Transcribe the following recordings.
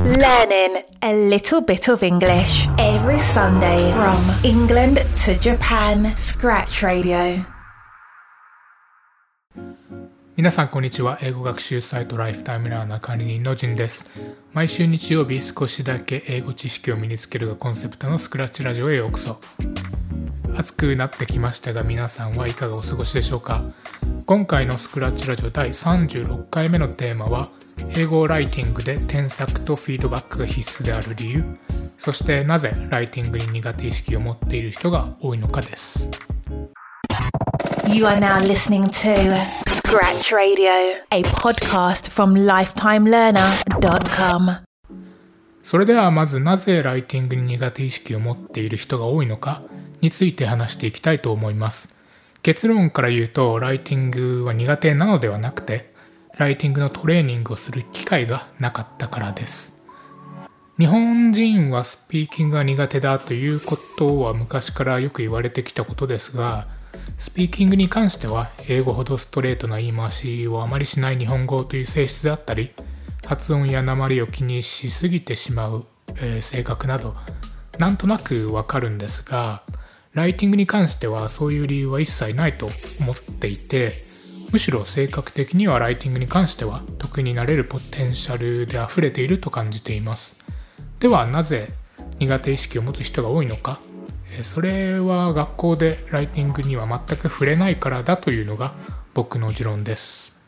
Learning a little bit of English every Sunday from England to Japan. Scratch Radio. 皆さんこんにちは。英語学習サイトライフタイムラーナー管理人のジンです。毎週日曜日少しだけ英語知識を身につけるがコンセプトのスクラッチラジオへようこそ。暑くなってきましたが皆さんはいかがお過ごしでしょうか。今回のスクラッチラジオ第36回目のテーマは英語ライティングで添削とフィードバックが必須である理由、そしてなぜライティングに苦手意識を持っている人が多いのかです。 You are now listening to Scratch Radio, a podcast from lifetimelearner.com. それではまずなぜライティングに苦手意識を持っている人が多いのかについて話していきたいと思います。結論から言うと、ライティングは苦手なのではなくて、ライティングのトレーニングをする機会がなかったからです。日本人はスピーキングが苦手だということは昔からよく言われてきたことですが、スピーキングに関しては英語ほどストレートな言い回しをあまりしない日本語という性質であったり、発音や訛りを気にしすぎてしまう、性格などなんとなくわかるんですが、ライティングに関してはそういう理由は一切ないと思っていて、むしろ性格的にはライティングに関しては得意になれるポテンシャルで溢れていると感じています。ではなぜ苦手意識を持つ人が多いのか。それは学校でライティングには全く触れないからだというのが僕の持論です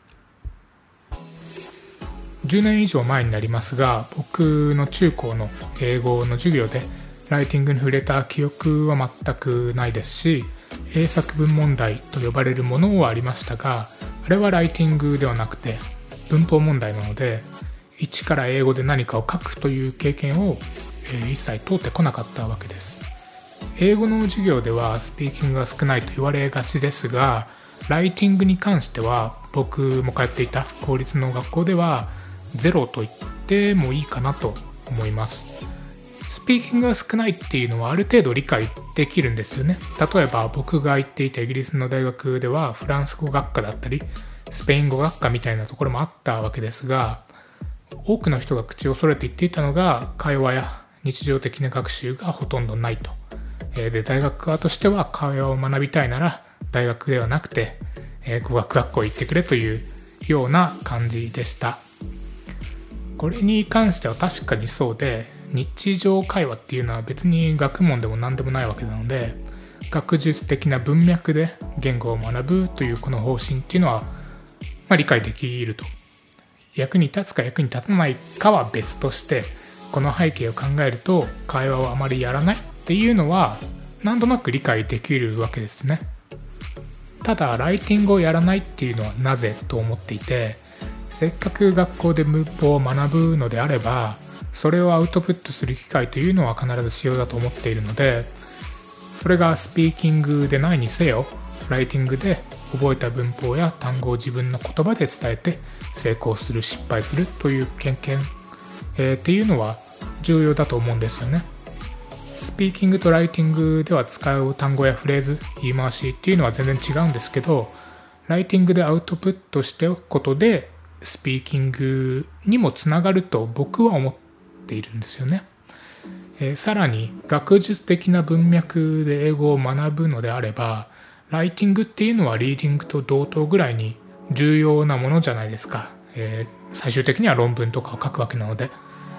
。10年以上前になりますが、僕の中高の英語の授業でライティングに触れた記憶は全くないですし、英作文問題と呼ばれるものはありましたが、あれはライティングではなくて文法問題なので、一から英語で何かを書くという経験を一切通ってこなかったわけです。英語の授業ではスピーキングが少ないと言われがちですが、ライティングに関しては僕も通っていた公立の学校ではゼロと言ってもいいかなと思います。スピーキングが少ないっていうのはある程度理解できるんですよね。例えば僕が行っていたイギリスの大学ではフランス語学科だったりスペイン語学科みたいなところもあったわけですが、多くの人が口を揃えて言っていたのが会話や日常的な学習がほとんどないと。で、大学側としては会話を学びたいなら大学ではなくて語学学校行ってくれというような感じでした。これに関しては確かにそうで、日常会話っていうのは別に学問でも何でもないわけなので、学術的な文脈で言語を学ぶというこの方針っていうのは、理解できると。役に立つか役に立たないかは別として、この背景を考えると会話をあまりやらないっていうのはなんとなく理解できるわけですね。ただライティングをやらないっていうのはなぜと思っていて、せっかく学校で文法を学ぶのであれば、それをアウトプットする機会というのは必ず必要だと思っているので、それがスピーキングでないにせよ、ライティングで覚えた文法や単語を自分の言葉で伝えて成功する失敗するという経験、っていうのは重要だと思うんですよね。スピーキングとライティングでは使う単語やフレーズ、言い回しっていうのは全然違うんですけど、ライティングでアウトプットしておくことでスピーキングにもつながると僕は思っているんですよね。さらに学術的な文脈で英語を学ぶのであれば、ライティングっていうのはリーディングと同等ぐらいに重要なものじゃないですか。最終的には論文とかを書くわけなので、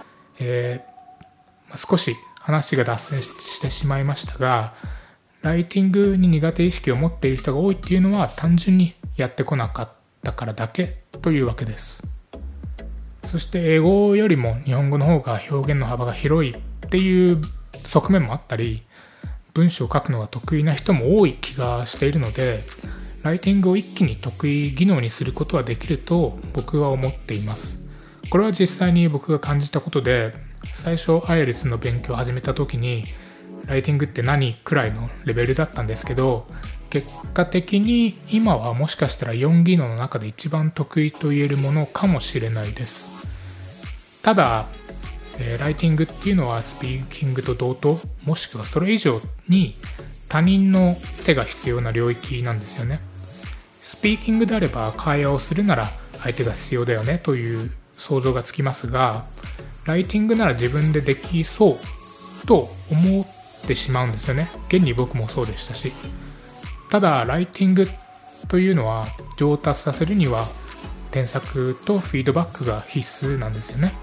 少し話が脱線してしまいましたが、ライティングに苦手意識を持っている人が多いっていうのは単純にやってこなかったからだけというわけです。そして英語よりも日本語の方が表現の幅が広いっていう側面もあったり、文章を書くのが得意な人も多い気がしているので、ライティングを一気に得意技能にすることはできると僕は思っています。これは実際に僕が感じたことで、最初 IELTS の勉強を始めた時にライティングって何くらいのレベルだったんですけど、結果的に今はもしかしたら4技能の中で一番得意と言えるものかもしれないです。ただ、ライティングっていうのはスピーキングと同等、もしくはそれ以上に他人の手が必要な領域なんですよね。スピーキングであれば会話をするなら相手が必要だよねという想像がつきますが、 ライティングなら自分でできそうと思ってしまうんですよね。現に僕もそうでしたし。ただライティングというのは上達させるには添削とフィードバックが必須なんですよね。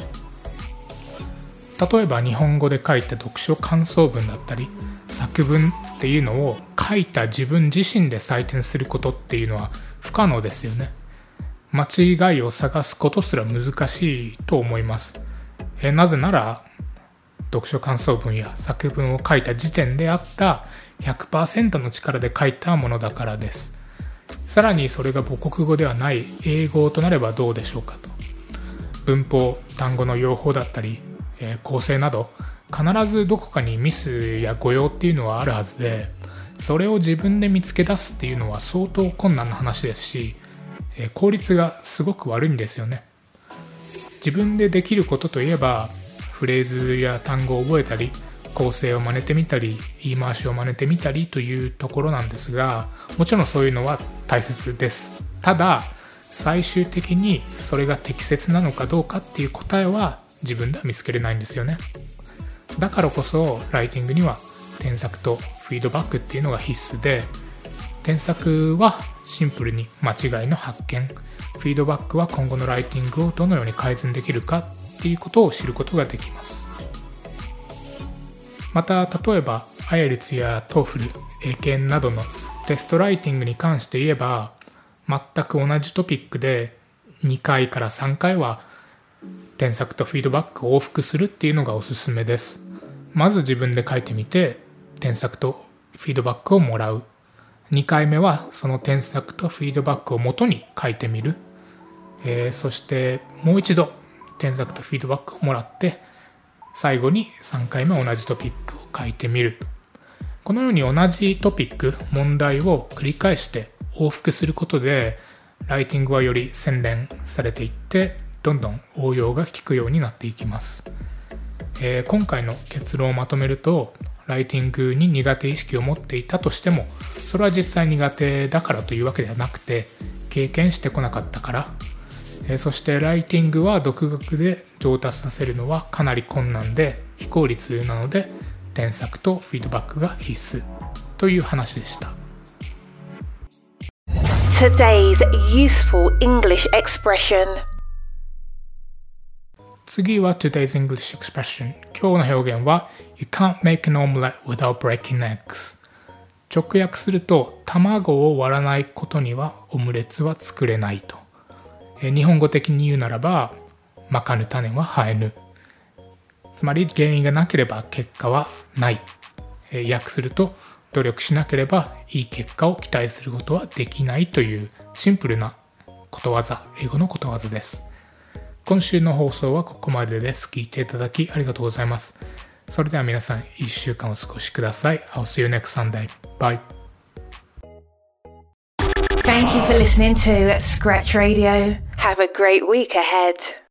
例えば日本語で書いた読書感想文だったり作文っていうのを書いた自分自身で採点することっていうのは不可能ですよね。間違いを探すことすら難しいと思います。なぜなら読書感想文や作文を書いた時点であった 100% の力で書いたものだからです。さらにそれが母国語ではない英語となればどうでしょうかと。文法、単語の用法だったり、構成など必ずどこかにミスや誤用っていうのはあるはずで、それを自分で見つけ出すっていうのは相当困難な話ですし、効率がすごく悪いんですよね。自分でできることといえばフレーズや単語を覚えたり構成を真似てみたり言い回しを真似てみたりというところなんですが、もちろんそういうのは大切です。ただ最終的にそれが適切なのかどうかっていう答えは自分では見つけれないんですよね。だからこそライティングには添削とフィードバックっていうのが必須で、添削はシンプルに間違いの発見、フィードバックは今後のライティングをどのように改善できるかっていうことを知ることができます。また例えば IELTS や TOEFL、英検などのテストライティングに関して言えば、全く同じトピックで2回から3回は添削とフィードバックを往復するっていうのがおすすめです。まず自分で書いてみて添削とフィードバックをもらう。2回目はその添削とフィードバックを元に書いてみる。そしてもう一度添削とフィードバックをもらって最後に3回目同じトピックを書いてみる。このように同じトピック、問題を繰り返して往復することでライティングはより洗練されていってどんどん応用が効くようになっていきます。今回の結論をまとめると、ライティングに苦手意識を持っていたとしてもそれは実際苦手だからというわけではなくて経験してこなかったから、そしてライティングは独学で上達させるのはかなり困難で非効率なので添削とフィードバックが必須という話でした。 Today's useful English expression. 次は Today's English expression。 今日の表現は You can't make an omelette without breaking eggs。 直訳すると卵を割らないことにはオムレツは作れないと。日本語的に言うならばまかぬ種は生えぬ。つまり原因がなければ結果はない。訳すると努力しなければいい結果を期待することはできないというシンプルなことわざ、英語のことわざです。今週の放送はここまでです。聞いていただきありがとうございます。それでは皆さん1週間お過ごしください。I'll see you next Sunday. Bye. Thank you for listening to Scratch Radio. Have a great week ahead.